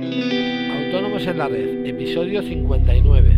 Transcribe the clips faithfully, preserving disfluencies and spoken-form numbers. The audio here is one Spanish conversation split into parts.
Autónomos en la Red, episodio cincuenta y nueve.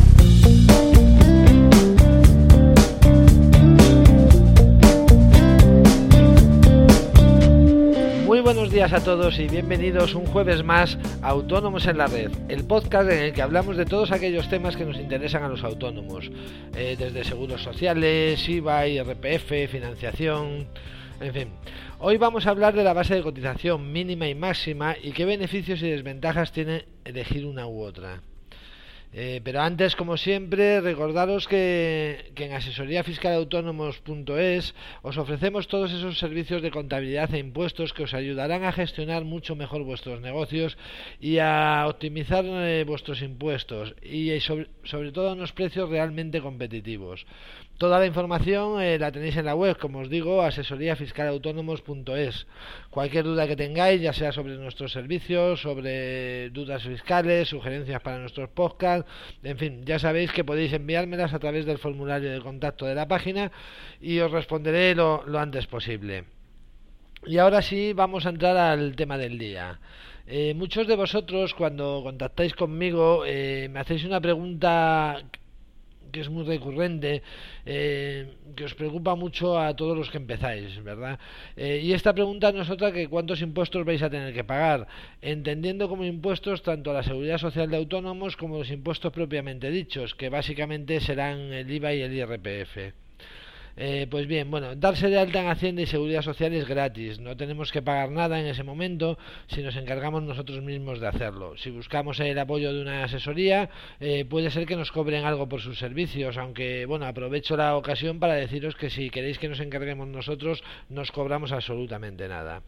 Muy buenos días a todos y bienvenidos un jueves más a Autónomos en la Red, el podcast en el que hablamos de todos aquellos temas que nos interesan a los autónomos, eh, desde seguros sociales, I V A, I R P F, financiación, en fin. Hoy vamos a hablar de la base de cotización mínima y máxima y qué beneficios y desventajas tiene elegir una u otra. Eh, pero antes, como siempre, recordaros que, que en asesoría fiscal autónomos punto es os ofrecemos todos esos servicios de contabilidad e impuestos que os ayudarán a gestionar mucho mejor vuestros negocios y a optimizar eh, vuestros impuestos y sobre, sobre todo a unos precios realmente competitivos. Toda la información eh, la tenéis en la web, como os digo, asesoría fiscal autónomos punto es. Cualquier duda que tengáis, ya sea sobre nuestros servicios, sobre dudas fiscales, sugerencias para nuestros podcasts, en fin, ya sabéis que podéis enviármelas a través del formulario de contacto de la página y os responderé lo, lo antes posible. Y ahora sí, vamos a entrar al tema del día. Eh, muchos de vosotros, cuando contactáis conmigo, eh, me hacéis una pregunta que es muy recurrente, eh, que os preocupa mucho a todos los que empezáis, ¿verdad? Eh, y esta pregunta no es otra que cuántos impuestos vais a tener que pagar, entendiendo como impuestos tanto la seguridad social de autónomos como los impuestos propiamente dichos, que básicamente serán el I V A y el I R P F. Eh, pues bien, bueno, darse de alta en Hacienda y Seguridad Social es gratis, no tenemos que pagar nada en ese momento si nos encargamos nosotros mismos de hacerlo. Si buscamos el apoyo de una asesoría, eh, puede ser que nos cobren algo por sus servicios, aunque, bueno, aprovecho la ocasión para deciros que si queréis que nos encarguemos nosotros, nos cobramos absolutamente nada.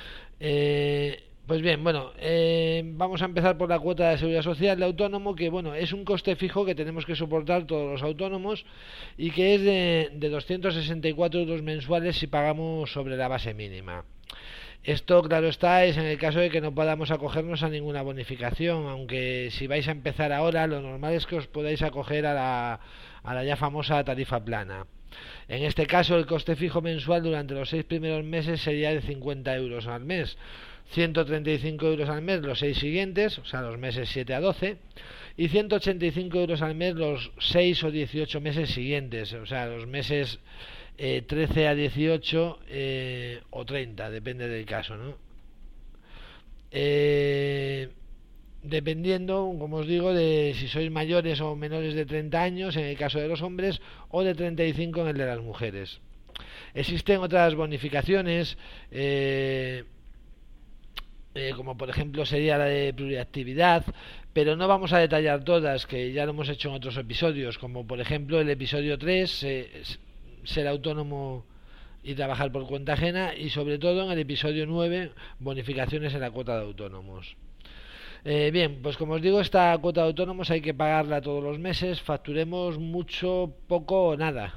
Eh... Pues bien, bueno, eh, vamos a empezar por la cuota de seguridad social de autónomo, que bueno, es un coste fijo que tenemos que soportar todos los autónomos y que es de, de doscientos sesenta y cuatro euros mensuales si pagamos sobre la base mínima. Esto, claro está, es en el caso de que no podamos acogernos a ninguna bonificación, aunque si vais a empezar ahora, lo normal es que os podáis acoger a la, a la ya famosa tarifa plana. En este caso, el coste fijo mensual durante los seis primeros meses sería de cincuenta euros al mes, ciento treinta y cinco euros al mes los seis siguientes, o sea, los meses siete a doce, y ciento ochenta y cinco euros al mes los seis o dieciocho meses siguientes, o sea, los meses eh, trece a dieciocho eh, o treinta, depende del caso, ¿no? Eh... Dependiendo, como os digo, de si sois mayores o menores de treinta años en el caso de los hombres o de treinta y cinco en el de las mujeres. Existen otras bonificaciones, eh, eh, como por ejemplo sería la de pluriactividad, pero no vamos a detallar todas, que ya lo hemos hecho en otros episodios, como por ejemplo el episodio tres, eh, ser autónomo y trabajar por cuenta ajena, y sobre todo en el episodio nueve, bonificaciones en la cuota de autónomos. Eh, bien, pues como os digo, esta cuota de autónomos hay que pagarla todos los meses, facturemos mucho, poco o nada,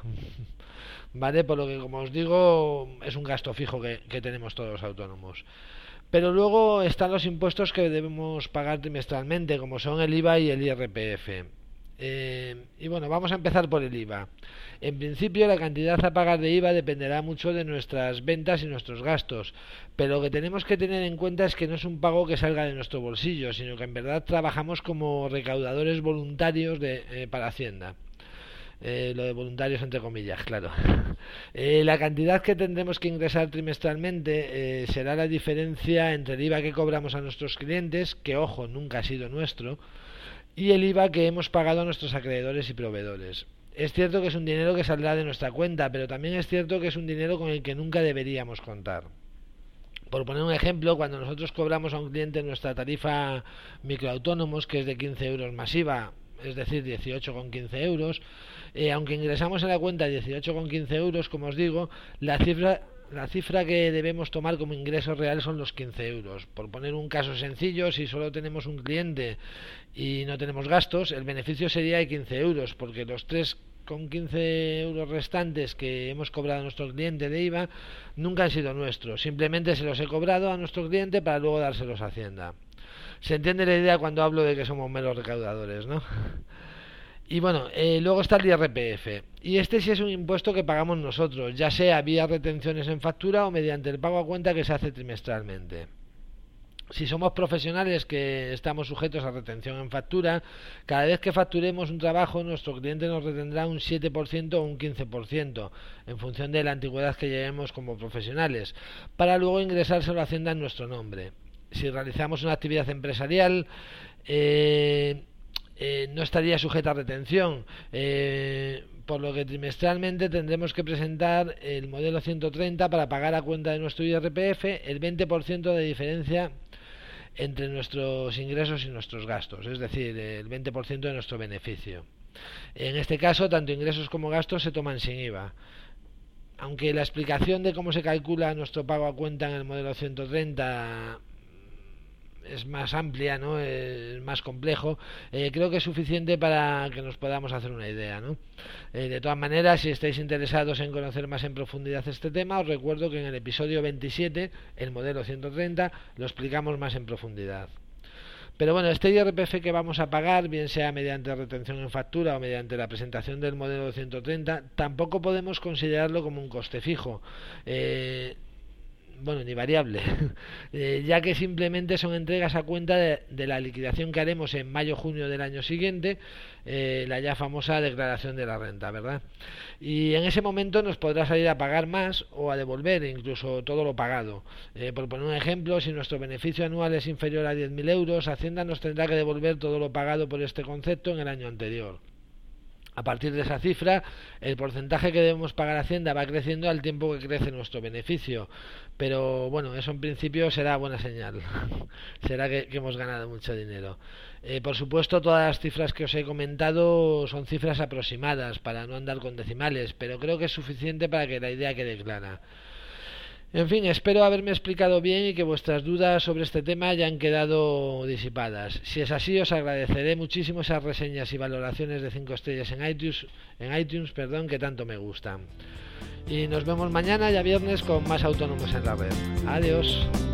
¿vale? Por lo que, como os digo, es un gasto fijo que, que tenemos todos los autónomos. Pero luego están los impuestos que debemos pagar trimestralmente, como son el I V A y el I R P F. Eh, y bueno, vamos a empezar por el I V A. En principio, la cantidad a pagar de I V A dependerá mucho de nuestras ventas y nuestros gastos, pero lo que tenemos que tener en cuenta es que no es un pago que salga de nuestro bolsillo, sino que en verdad trabajamos como recaudadores voluntarios de, eh, para Hacienda. Eh, lo de voluntarios entre comillas, claro. Eh, la cantidad que tendremos que ingresar trimestralmente eh, será la diferencia entre el I V A que cobramos a nuestros clientes, que ojo, nunca ha sido nuestro, y el I V A que hemos pagado a nuestros acreedores y proveedores. Es cierto que es un dinero que saldrá de nuestra cuenta, pero también es cierto que es un dinero con el que nunca deberíamos contar. Por poner un ejemplo, cuando nosotros cobramos a un cliente nuestra tarifa microautónomos, que es de quince euros más I V A, es decir, dieciocho con quince euros, eh, aunque ingresamos en la cuenta dieciocho con quince euros, como os digo, la cifra... La cifra que debemos tomar como ingreso real son los quince euros. Por poner un caso sencillo, si solo tenemos un cliente y no tenemos gastos, el beneficio sería de quince euros, porque los tres con quince euros restantes que hemos cobrado a nuestro cliente de I V A nunca han sido nuestros. Simplemente se los he cobrado a nuestro cliente para luego dárselos a Hacienda. Se entiende la idea cuando hablo de que somos meros recaudadores, ¿no? Y bueno, eh, luego está el I R P F, y este sí es un impuesto que pagamos nosotros, ya sea vía retenciones en factura o mediante el pago a cuenta que se hace trimestralmente. Si somos profesionales que estamos sujetos a retención en factura, cada vez que facturemos un trabajo, nuestro cliente nos retendrá un siete por ciento o un quince por ciento, en función de la antigüedad que llevemos como profesionales, para luego ingresárselo a Hacienda en nuestro nombre. Si realizamos una actividad empresarial, eh, eh, no estaría sujeta a retención, eh, por lo que trimestralmente tendremos que presentar el modelo ciento treinta para pagar a cuenta de nuestro I R P F el veinte por ciento de diferencia entre nuestros ingresos y nuestros gastos, es decir, el veinte por ciento de nuestro beneficio. En este caso, tanto ingresos como gastos se toman sin I V A. Aunque la explicación de cómo se calcula nuestro pago a cuenta en el modelo ciento treinta es más amplia, ¿no? Es más complejo, eh, creo que es suficiente para que nos podamos hacer una idea, ¿no? Eh, de todas maneras, si estáis interesados en conocer más en profundidad este tema, os recuerdo que en el episodio veintisiete, el modelo ciento treinta, lo explicamos más en profundidad. Pero bueno, este I R P F que vamos a pagar, bien sea mediante retención en factura o mediante la presentación del modelo ciento treinta, tampoco podemos considerarlo como un coste fijo. Eh, bueno, ni variable, eh, ya que simplemente son entregas a cuenta de, de la liquidación que haremos en mayo-junio del año siguiente, eh, la ya famosa declaración de la renta, ¿verdad? Y en ese momento nos podrá salir a pagar más o a devolver incluso todo lo pagado. Eh, por poner un ejemplo, si nuestro beneficio anual es inferior a diez mil euros, Hacienda nos tendrá que devolver todo lo pagado por este concepto en el año anterior. A partir de esa cifra, el porcentaje que debemos pagar a Hacienda va creciendo al tiempo que crece nuestro beneficio. Pero bueno, eso en principio será buena señal. Será que, que hemos ganado mucho dinero. Eh, por supuesto, todas las cifras que os he comentado son cifras aproximadas para no andar con decimales, pero creo que es suficiente para que la idea quede clara. En fin, espero haberme explicado bien y que vuestras dudas sobre este tema hayan quedado disipadas. Si es así, os agradeceré muchísimo esas reseñas y valoraciones de cinco estrellas en iTunes, en iTunes, perdón, que tanto me gustan. Y nos vemos mañana, ya viernes, con más autónomos en la red. Adiós.